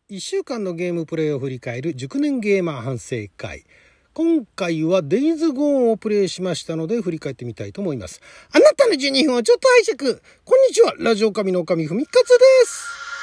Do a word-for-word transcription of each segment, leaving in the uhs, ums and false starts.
いっしゅうかんのゲームプレイを振り返る熟年ゲーマー反省会。今回はデイズゴーンをプレイしましたので振り返ってみたいと思います。あなたのじゅうにふんをちょっと拝借。こんにちは、ラジオ神の神ふみかつです。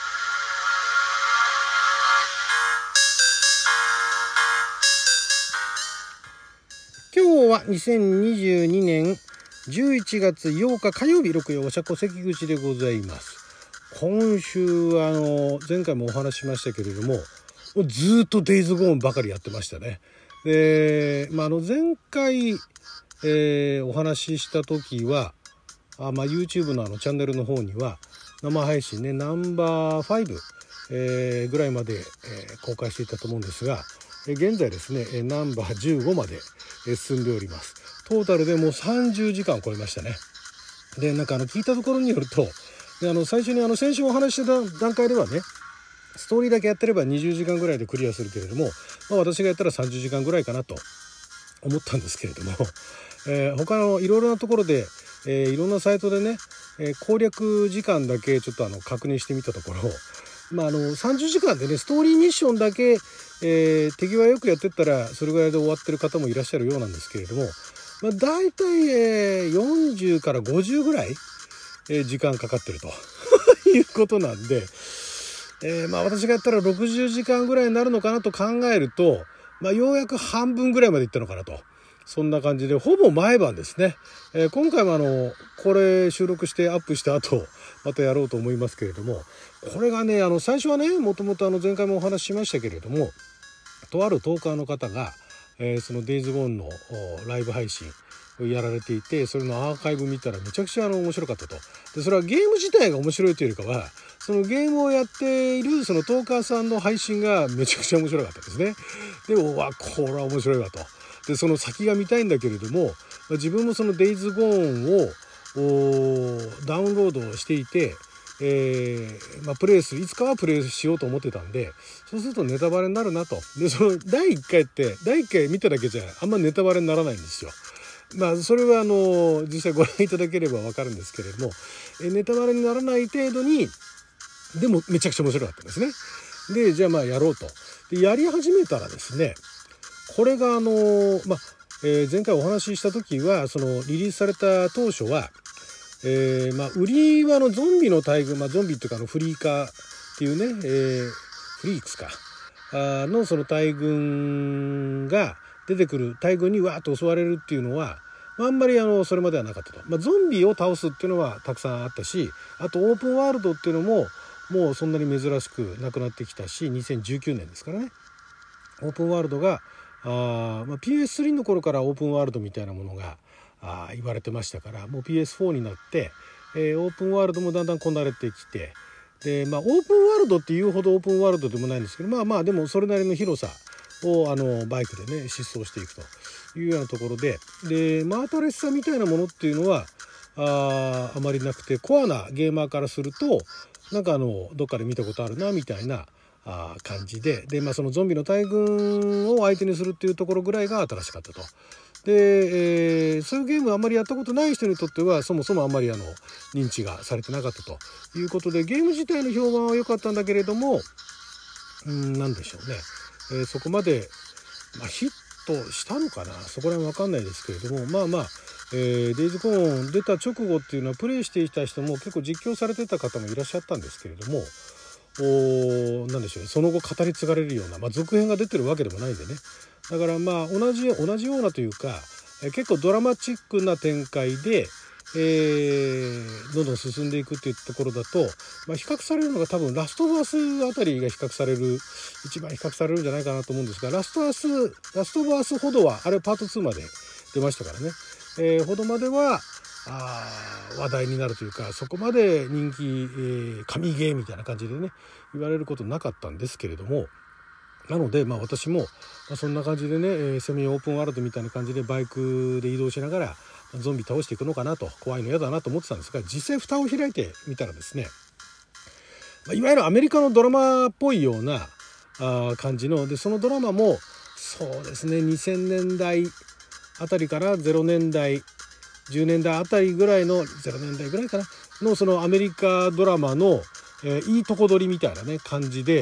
今日はにせんにじゅうにねんじゅういちがつようか火曜日、六曜おしゃこ関口でございます。今週はあの前回もお話ししましたけれども、ずっとデイズゴーンばかりやってましたね。で、まあ、あの前回、えー、お話しした時はあ、まあ、YouTube のあのチャンネルの方には生配信ねナンバーご、えー、ぐらいまで、えー、公開していたと思うんですが、現在ですねナンバーじゅうごまで進んでおります。トータルでもうさんじゅうじかんを超えましたね。で、なんかあの聞いたところによると、であの最初にあの先週お話しした段階ではね、ストーリーだけやってればにじゅうじかんぐらいでクリアするけれども、まあ、私がやったらさんじゅうじかんぐらいかなと思ったんですけれども、えー、他のいろいろなところで、えー、いろんなサイトでね、えー、攻略時間だけちょっとあの確認してみたところ、まあ、あのさんじゅうじかんでねストーリーミッションだけ、えー、手際よくやってったらそれぐらいで終わってる方もいらっしゃるようなんですけれども、まあ、大体、えー、よんじゅうからごじゅうぐらい、えー、時間かかってるということなんで、えー、まあ私がやったらろくじゅうじかんぐらいになるのかなと考えると、まあ、ようやく半分ぐらいまでいったのかなと、そんな感じでほぼ毎晩ですね。えー、今回もあのこれ収録してアップした後またやろうと思いますけれども、これがねあの最初はねもともとあの前回もお話ししましたけれども、とあるトーカーの方が、えー、そのデイズゴーンのライブ配信をやられていて、それのアーカイブ見たらめちゃくちゃあの面白かったと。でそれはゲーム自体が面白いというよりかは、そのゲームをやっているそのトーカーさんの配信がめちゃくちゃ面白かったですね。でもわこれは面白いわと。でその先が見たいんだけれども、自分もそのデイズゴーンをダウンロードしていて、えーまあ、プレイするいつかはプレイしようと思ってたんで、そうするとネタバレになるなと。でそのだいいっかいってだいいっかい見ただけじゃあんまネタバレにならないんですよ。まあそれはあの実際ご覧いただければ分かるんですけれども、えネタバレにならない程度にでもめちゃくちゃ面白かったですね。でじゃあまあやろうと。でやり始めたらですね、これがあのまあ、えー、前回お話しした時はそのリリースされた当初は、えー、まあ売りはのゾンビの大群、まあ、ゾンビっていうかあのフリーカーっていうね、えー、フリークスかあのその大群が出てくる大群にわーっと襲われるっていうのはあんまりあのそれまではなかったと。まあ、ゾンビを倒すっていうのはたくさんあったし、あとオープンワールドっていうのももうそんなに珍しくなくなってきたし、にせんじゅうきゅうねんですからね、オープンワールドがあ、まあ、ピーエススリー の頃からオープンワールドみたいなものがあ言われてましたから、もう ピーエスフォー になって、えー、オープンワールドもだんだんこなれてきて、で、まあ、オープンワールドっていうほどオープンワールドでもないんですけど、まあまあでもそれなりの広さをあのバイクでね疾走していくというようなところで、でマータレスさみたいなものっていうのはああまりなくて、コアなゲーマーからするとなんかあのどっかで見たことあるなみたいなあ感じで、で、まあ、そのゾンビの大群を相手にするっていうところぐらいが新しかったと。で、えー、そういうゲームあんまりやったことない人にとってはそもそもあんまりあの認知がされてなかったということで、ゲーム自体の評判は良かったんだけれども、うんなんでしょうね、えー、そこまで、まあ、ヒットしたのかな、そこら辺分かんないですけれども、まあまあ、えー、デイズゴーン出た直後っていうのはプレイしていた人も結構実況されてた方もいらっしゃったんですけれども、おなんでしょうね、その後語り継がれるような、まあ、続編が出てるわけでもないんでね、だからまあ同じ同じようなというか、え結構ドラマチックな展開で、えー、どんどん進んでいくっていうところだと、まあ、比較されるのが多分ラストオブアスあたりが比較される一番比較されるんじゃないかなと思うんですが、ラストアスラストオブアスほどはあれパートツーまで出ましたからね、えー、ほどまではあ話題になるというか、そこまで人気、えー、神ゲーみたいな感じでね言われることなかったんですけれども、なのでまあ私も、まあ、そんな感じでね、えー、セミオープンワールドみたいな感じでバイクで移動しながらゾンビ倒していくのかなと、怖いの嫌だなと思ってたんですが、実際蓋を開いてみたらですね、まあ、いわゆるアメリカのドラマっぽいようなあ感じので、そのドラマもそうですねにせんねんだいあたりからゼロねんだいじゅうねんだいあたりぐらいのゼロねんだいぐらいかなのそのアメリカドラマの、えー、いいとこ取りみたいなね感じで、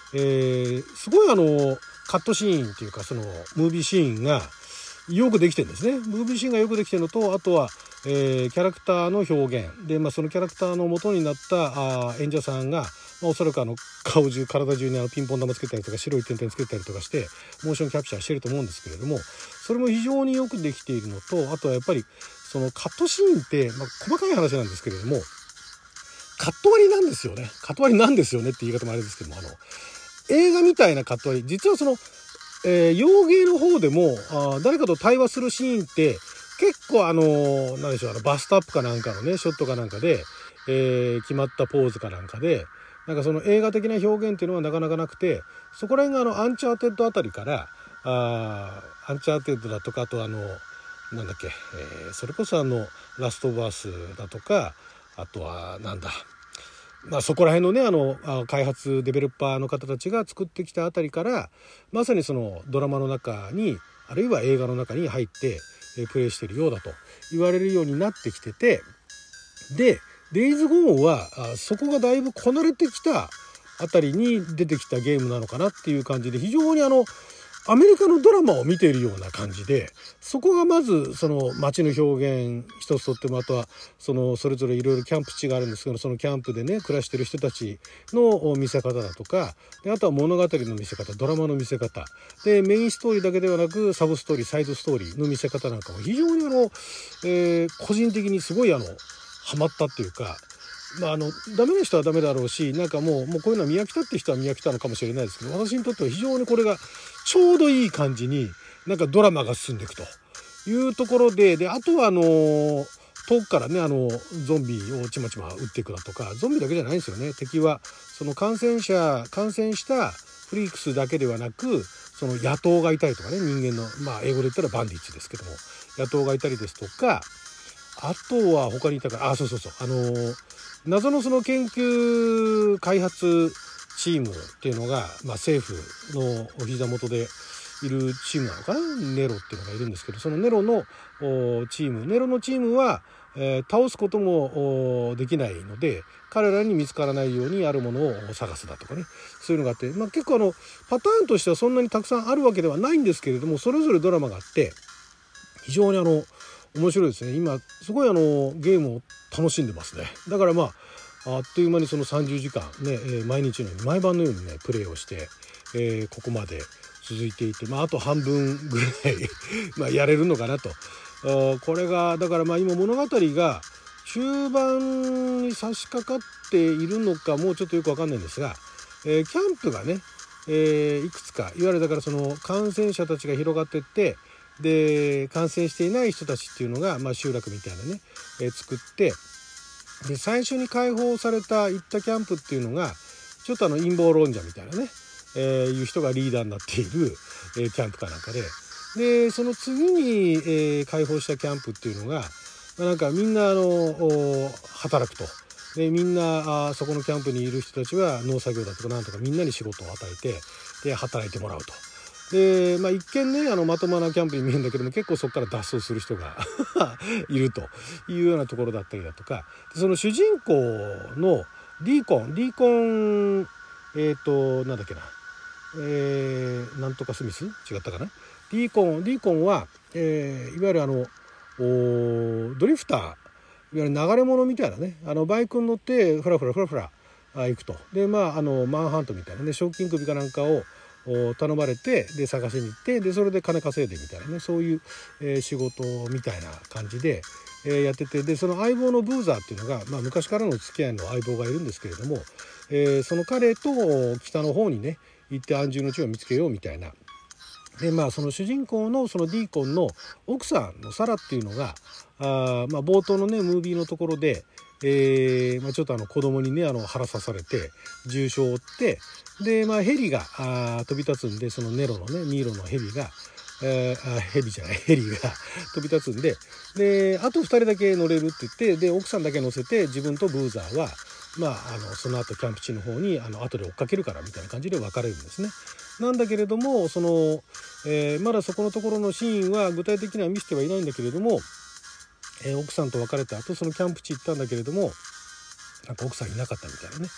えー、すごいあのカットシーンっていうかそのムービーシーンがよくできてるんですね。ムービーシーンがよくできてるのと、あとは、えー、キャラクターの表現で、まあ、そのキャラクターの元になったあ演者さんが、まあ、おそらくあの顔中体中にあのピンポン玉つけたりとか白い点々つけたりとかしてモーションキャプチャーしてると思うんですけれども、それも非常によくできているのと、あとはやっぱりそのカットシーンって、まあ、細かい話なんですけれどもカット割りなんですよね。カット割りなんですよねって言い方もあれですけども、あの映画みたいなカット割り、実はそのえー、洋芸の方でもあ誰かと対話するシーンって結構あのー、何でしょう、あのバストアップかなんかのねショットかなんかで、えー、決まったポーズかなんかでなんかその映画的な表現っていうのはなかなかなくて、そこら辺があのアンチャーテッドあたりからあアンチャーテッドだとか、あとあのなんだっけ、えー、それこそあのラストバースだとか、あとはなんだまあ、そこら辺のねあの開発デベロッパーの方たちが作ってきたあたりからまさにそのドラマの中にあるいは映画の中に入ってプレイしてるようだと言われるようになってきてて、でデイズゴーンはそこがだいぶこなれてきたあたりに出てきたゲームなのかなっていう感じで、非常にあのアメリカのドラマを見ているような感じで、そこがまずその街の表現一つとっても、あとはそのそれぞれいろいろキャンプ地があるんですけど、そのキャンプでね暮らしてる人たちの見せ方だとか、であとは物語の見せ方、ドラマの見せ方で、メインストーリーだけではなくサブストーリー、サイドストーリーの見せ方なんかも非常にあの、えー、個人的にすごいあのハマったっていうか、まあ、あのダメな人はダメだろうし、なんかもう、もうこういうのは見飽きたって人は見飽きたのかもしれないですけど、私にとっては非常にこれがちょうどいい感じになんかドラマが進んでいくというところで、であとはあの遠くからねあのゾンビをちまちま撃っていくだとか、ゾンビだけじゃないんですよね。敵はその感染者感染したフリークスだけではなく、その野党がいたりとかね、人間のまあ英語で言ったらバンディッツですけども、野党がいたりですとか、あとは他にいたから、あそうそうそうあの謎のその研究開発チームっていうのが、まあ、政府のお膝元でいるチームなのかな、ネロっていうのがいるんですけど、そのネロのチームネロのチームは、えー、倒すこともできないので、彼らに見つからないようにあるものを探すだとかね、そういうのがあって、まあ、結構あのパターンとしてはそんなにたくさんあるわけではないんですけれども、それぞれドラマがあって非常にあの面白いですね。今すごいあのゲームを楽しんでますね。だからまああっという間にそのさんじゅうじかんね、えー、毎日のように毎晩のようにねプレイをして、えー、ここまで続いていて、まあ、あと半分ぐらいまあやれるのかなと。あこれがだからまあ今物語が中盤に差し掛かっているのかもうちょっとよくわかんないんですが、えー、キャンプがね、えー、いくつかいわゆるだからその感染者たちが広がっていって、で感染していない人たちっていうのが、まあ、集落みたいなね、えー、作って、で最初に解放された行ったキャンプっていうのがちょっとあの陰謀論者みたいなね、えー、いう人がリーダーになっている、えー、キャンプかなんかで、でその次に、えー、解放したキャンプっていうのが、まあ、なんかみんなあの働くと。でみんなあそこのキャンプにいる人たちは農作業だとかなんとかみんなに仕事を与えて、で働いてもらうと。で、まあ、一見ねあのまともなキャンプに見えるんだけども、結構そこから脱走する人がいるというようなところだったりだとか、その主人公のディーコンディーコンえっ、ー、となんだっけな、えー、なんとかスミス違ったかな。ディーコンディーコンは、えー、いわゆるあのドリフター、いわゆる流れ物みたいなね、あのバイクに乗ってフラフラフラフラ行くと。でまああのマンハントみたいなね、賞金首かなんかを頼まれて、で探しに行って、でそれで金稼いでみたいなね、そういう、えー、仕事みたいな感じで、えー、やってて、でその相棒のブーザーっていうのが、まあ、昔からの付き合いの相棒がいるんですけれども、えー、その彼と北の方にね行って安住の地を見つけようみたいな。でまあその主人公のそのディーコンの奥さんのサラっていうのがあ、まあ、冒頭のねムービーのところで、えーまあ、ちょっとあの子供にねあの腹刺されて重傷を負って、で、まあ、ヘリがあ飛び立つんで、そのネロのねニーロのヘリが、えー、あヘビじゃないヘリが飛び立つんで、であとふたりだけ乗れるって言って、で奥さんだけ乗せて自分とブーザーは、まあ、あのその後キャンプ地の方にあの後で追っかけるからみたいな感じで別れるんですね。なんだけれどもその、えー、まだそこのところのシーンは具体的には見せてはいないんだけれども、えー、奥さんと別れた後そのキャンプ地行ったんだけれどもなんか奥さんいなかったみたいなね、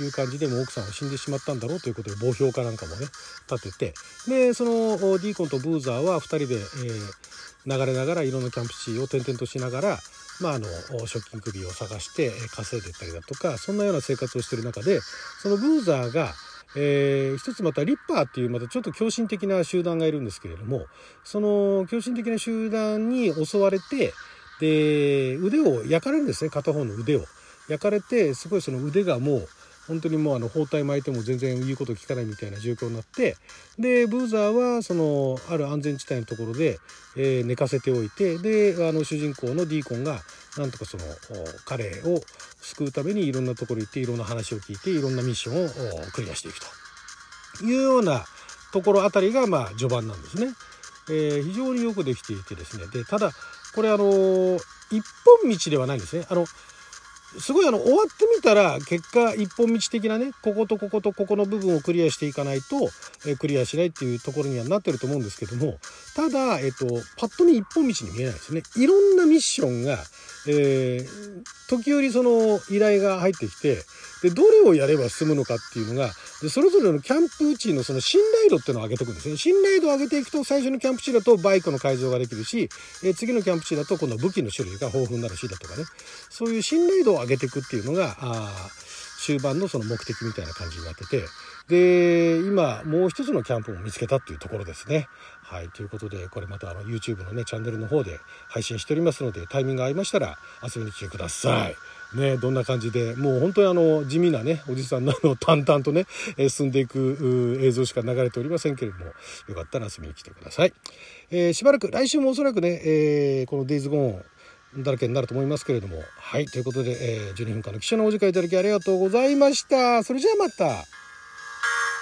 いう感じでもう奥さんは死んでしまったんだろうということで墓標かなんかもね立てて、でそのディーコンとブーザーはふたりで、えー、流れながらいろんなキャンプ地を転々としながら、まあ、あの賞金首を探して稼いでいったりだとか、そんなような生活をしている中で、そのブーザーがえー、一つまたリッパーっていうまたちょっと狂信的な集団がいるんですけれども、その狂信的な集団に襲われて、で腕を焼かれるんですね。片方の腕を焼かれて、すごいその腕がもう本当にもうあの包帯巻いても全然言うこと聞かないみたいな状況になって、でブーザーはそのある安全地帯のところで、えー、寝かせておいて、であの主人公のディーコンがなんとかその彼を救うためにいろんなところに行って、いろんな話を聞いて、いろんなミッションをクリアしていくというようなところあたりがまあ序盤なんですね。えー、非常によくできていてですね、でただこれあの一本道ではないんですね。あのすごいあの終わってみたら結果一本道的なね、こことこことここの部分をクリアしていかないと、えー、クリアしないっていうところにはなってると思うんですけども、ただ、えっと、パッと見一本道に見えないですね。いろんなミッションが、えー、時折その依頼が入ってきて、でどれをやれば進むのかっていうのが、でそれぞれのキャンプ地のその信頼度っていうのを上げていくんですね。信頼度を上げていくと、最初のキャンプ地だとバイクの改造ができるし、えー、次のキャンプ地だと今度は武器の種類が豊富になるしだとかね、そういう信頼度を上げていくっていうのがあ終盤のその目的みたいな感じになってて、で今もう一つのキャンプも見つけたっていうところですね。はい、ということで、これまたあの YouTube のねチャンネルの方で配信しておりますので、タイミングが合いましたら遊びに来てくださいね。どんな感じで、もう本当にあの地味なねおじさんのあの淡々とね進んでいく映像しか流れておりませんけれども、よかったら遊びに来てください。えー、しばらく来週もおそらくね、えー、この Days Goneだらけになると思いますけれども、はい、ということで、えー、じゅうにふんかんの貴重なお時間いただきありがとうございました。それじゃあまた。